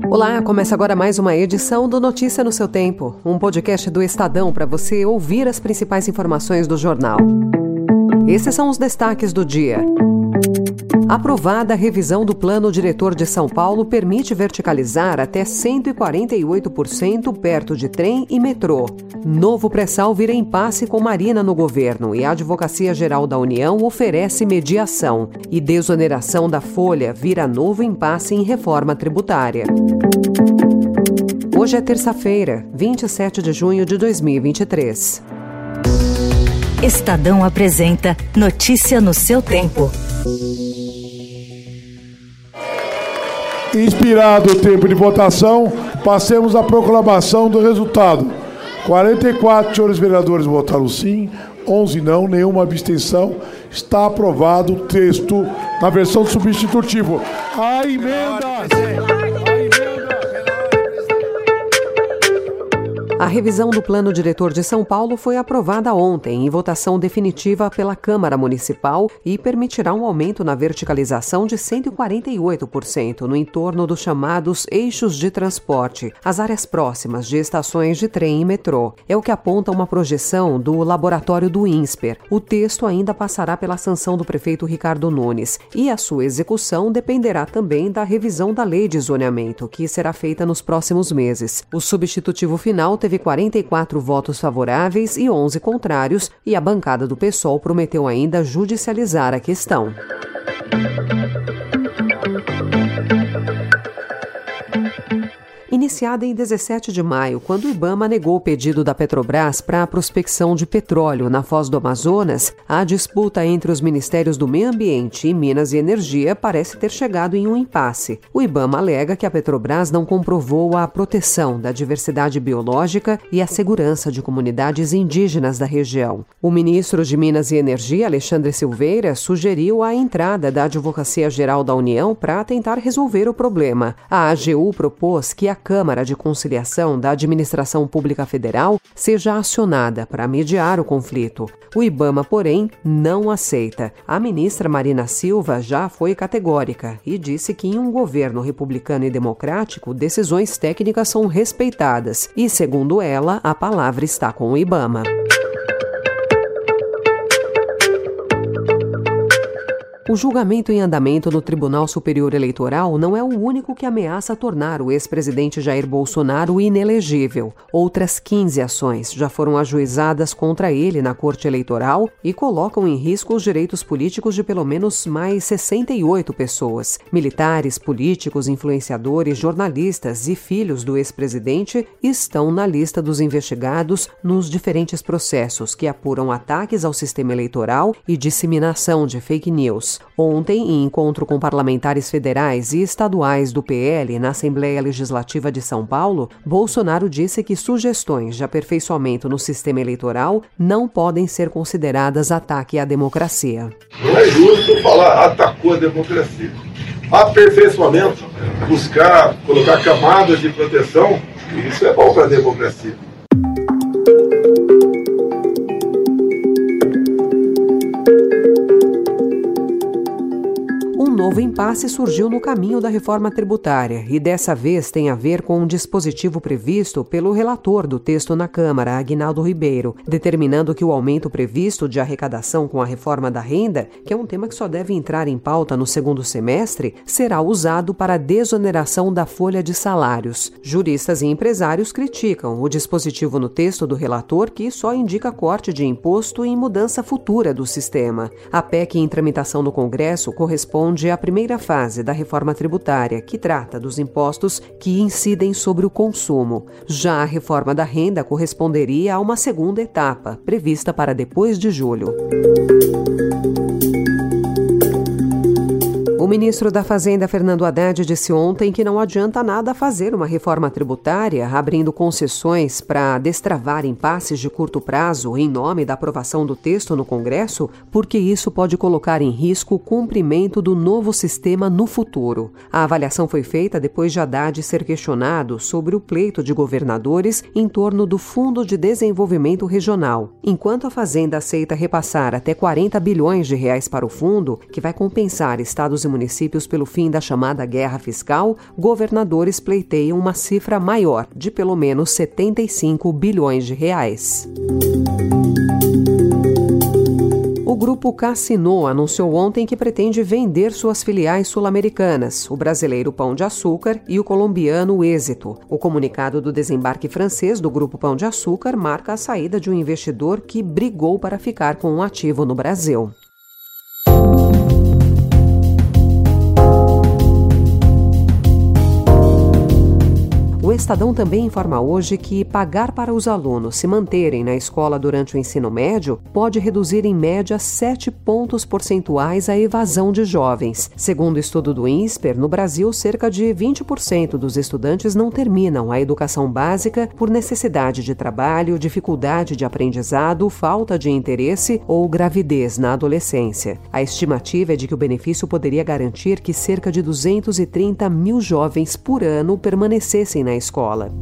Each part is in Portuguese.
Olá, começa agora mais uma edição do Notícia no seu Tempo, um podcast do Estadão para você ouvir as principais informações do jornal. Esses são os destaques do dia. Aprovada a revisão do Plano Diretor de São Paulo permite verticalizar até 148% perto de trem e metrô. Novo pré-sal vira impasse com Marina no governo e a Advocacia Geral da União oferece mediação. E desoneração da folha vira novo impasse em reforma tributária. Hoje é terça-feira, 27 de junho de 2023. Estadão apresenta Notícia no seu tempo. Inspirado o tempo de votação, passemos à proclamação do resultado. 44 senhores vereadores votaram sim, 11 não, nenhuma abstenção. Está aprovado o texto na versão substitutivo. A emenda! A revisão do Plano Diretor de São Paulo foi aprovada ontem em votação definitiva pela Câmara Municipal e permitirá um aumento na verticalização de 148% no entorno dos chamados eixos de transporte, as áreas próximas de estações de trem e metrô. É o que aponta uma projeção do laboratório do INSPER. O texto ainda passará pela sanção do prefeito Ricardo Nunes e a sua execução dependerá também da revisão da lei de zoneamento, que será feita nos próximos meses. O substitutivo final teve 44 votos favoráveis e 11 contrários, e a bancada do PSOL prometeu ainda judicializar a questão. Iniciada em 17 de maio, quando o IBAMA negou o pedido da Petrobras para a prospecção de petróleo na Foz do Amazonas, a disputa entre os Ministérios do Meio Ambiente e Minas e Energia parece ter chegado em um impasse. O IBAMA alega que a Petrobras não comprovou a proteção da diversidade biológica e a segurança de comunidades indígenas da região. O ministro de Minas e Energia, Alexandre Silveira, sugeriu a entrada da Advocacia Geral da União para tentar resolver o problema. A AGU propôs que a Câmara de Conciliação da Administração Pública Federal seja acionada para mediar o conflito. O IBAMA, porém, não aceita. A ministra Marina Silva já foi categórica e disse que em um governo republicano e democrático, decisões técnicas são respeitadas e, segundo ela, a palavra está com o IBAMA. O julgamento em andamento no Tribunal Superior Eleitoral não é o único que ameaça tornar o ex-presidente Jair Bolsonaro inelegível. Outras 15 ações já foram ajuizadas contra ele na Corte Eleitoral e colocam em risco os direitos políticos de pelo menos mais 68 pessoas. Militares, políticos, influenciadores, jornalistas e filhos do ex-presidente estão na lista dos investigados nos diferentes processos que apuram ataques ao sistema eleitoral e disseminação de fake news. Ontem, em encontro com parlamentares federais e estaduais do PL na Assembleia Legislativa de São Paulo, Bolsonaro disse que sugestões de aperfeiçoamento no sistema eleitoral não podem ser consideradas ataque à democracia. Não é justo falar atacou a democracia. Aperfeiçoamento, buscar, colocar camadas de proteção, isso é bom para a democracia. Um novo impasse surgiu no caminho da reforma tributária e dessa vez tem a ver com um dispositivo previsto pelo relator do texto na Câmara, Aguinaldo Ribeiro, determinando que o aumento previsto de arrecadação com a reforma da renda, que é um tema que só deve entrar em pauta no segundo semestre, será usado para a desoneração da folha de salários. Juristas e empresários criticam o dispositivo no texto do relator que só indica corte de imposto em mudança futura do sistema. A PEC em tramitação no Congresso corresponde à primeira fase da reforma tributária, que trata dos impostos que incidem sobre o consumo. Já a reforma da renda corresponderia a uma segunda etapa, prevista para depois de julho. O ministro da Fazenda, Fernando Haddad, disse ontem que não adianta nada fazer uma reforma tributária abrindo concessões para destravar impasses de curto prazo em nome da aprovação do texto no Congresso, porque isso pode colocar em risco o cumprimento do novo sistema no futuro. A avaliação foi feita depois de Haddad ser questionado sobre o pleito de governadores em torno do Fundo de Desenvolvimento Regional. Enquanto a Fazenda aceita repassar até 40 bilhões de reais para o fundo, que vai compensar estados e municípios municípios pelo fim da chamada guerra fiscal, governadores pleiteiam uma cifra maior, de pelo menos 75 bilhões de reais. O grupo Casino anunciou ontem que pretende vender suas filiais sul-americanas, o brasileiro Pão de Açúcar e o colombiano Êxito. O comunicado do desembarque francês do grupo Pão de Açúcar marca a saída de um investidor que brigou para ficar com um ativo no Brasil. O Estadão também informa hoje que pagar para os alunos se manterem na escola durante o ensino médio pode reduzir em média 7 pontos percentuais a evasão de jovens. Segundo o estudo do INSPER, no Brasil, cerca de 20% dos estudantes não terminam a educação básica por necessidade de trabalho, dificuldade de aprendizado, falta de interesse ou gravidez na adolescência. A estimativa é de que o benefício poderia garantir que cerca de 230 mil jovens por ano permanecessem na escola.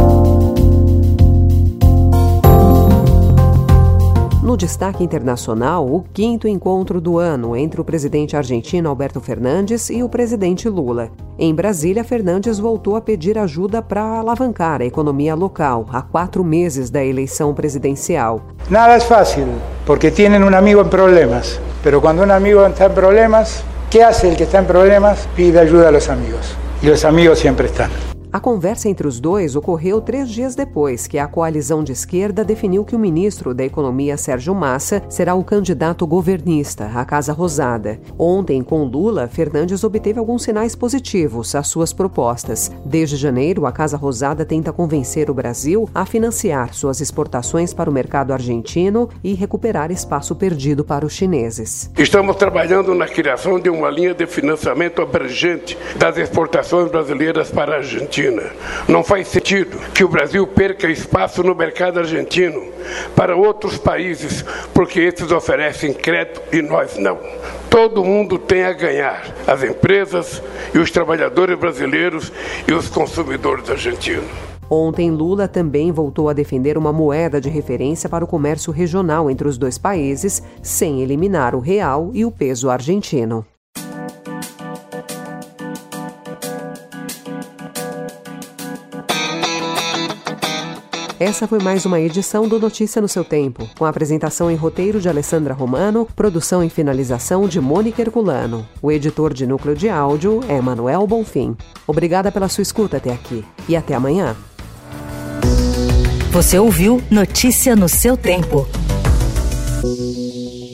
No destaque internacional, o 5º encontro do ano entre o presidente argentino Alberto Fernandes e o presidente Lula. Em Brasília, Fernandes voltou a pedir ajuda para alavancar a economia local, a 4 meses da eleição presidencial. Nada é fácil, porque têm um amigo em problemas. Mas quando um amigo está em problemas, o que faz o que está em problemas? Pide ajuda aos amigos. E os amigos sempre estão. A conversa entre os dois ocorreu 3 dias depois que a coalizão de esquerda definiu que o ministro da Economia, Sérgio Massa, será o candidato governista à Casa Rosada. Ontem, com Lula, Fernandes obteve alguns sinais positivos às suas propostas. Desde janeiro, a Casa Rosada tenta convencer o Brasil a financiar suas exportações para o mercado argentino e recuperar espaço perdido para os chineses. Estamos trabalhando na criação de uma linha de financiamento abrangente das exportações brasileiras para a Argentina. Não faz sentido que o Brasil perca espaço no mercado argentino para outros países, porque esses oferecem crédito e nós não. Todo mundo tem a ganhar, as empresas e os trabalhadores brasileiros e os consumidores argentinos. Ontem, Lula também voltou a defender uma moeda de referência para o comércio regional entre os dois países, sem eliminar o real e o peso argentino. Essa foi mais uma edição do Notícia no seu Tempo, com a apresentação em roteiro de Alessandra Romano, produção e finalização de Mônica Herculano. O editor de núcleo de áudio é Manuel Bonfim. Obrigada pela sua escuta até aqui e até amanhã. Você ouviu Notícia no seu Tempo.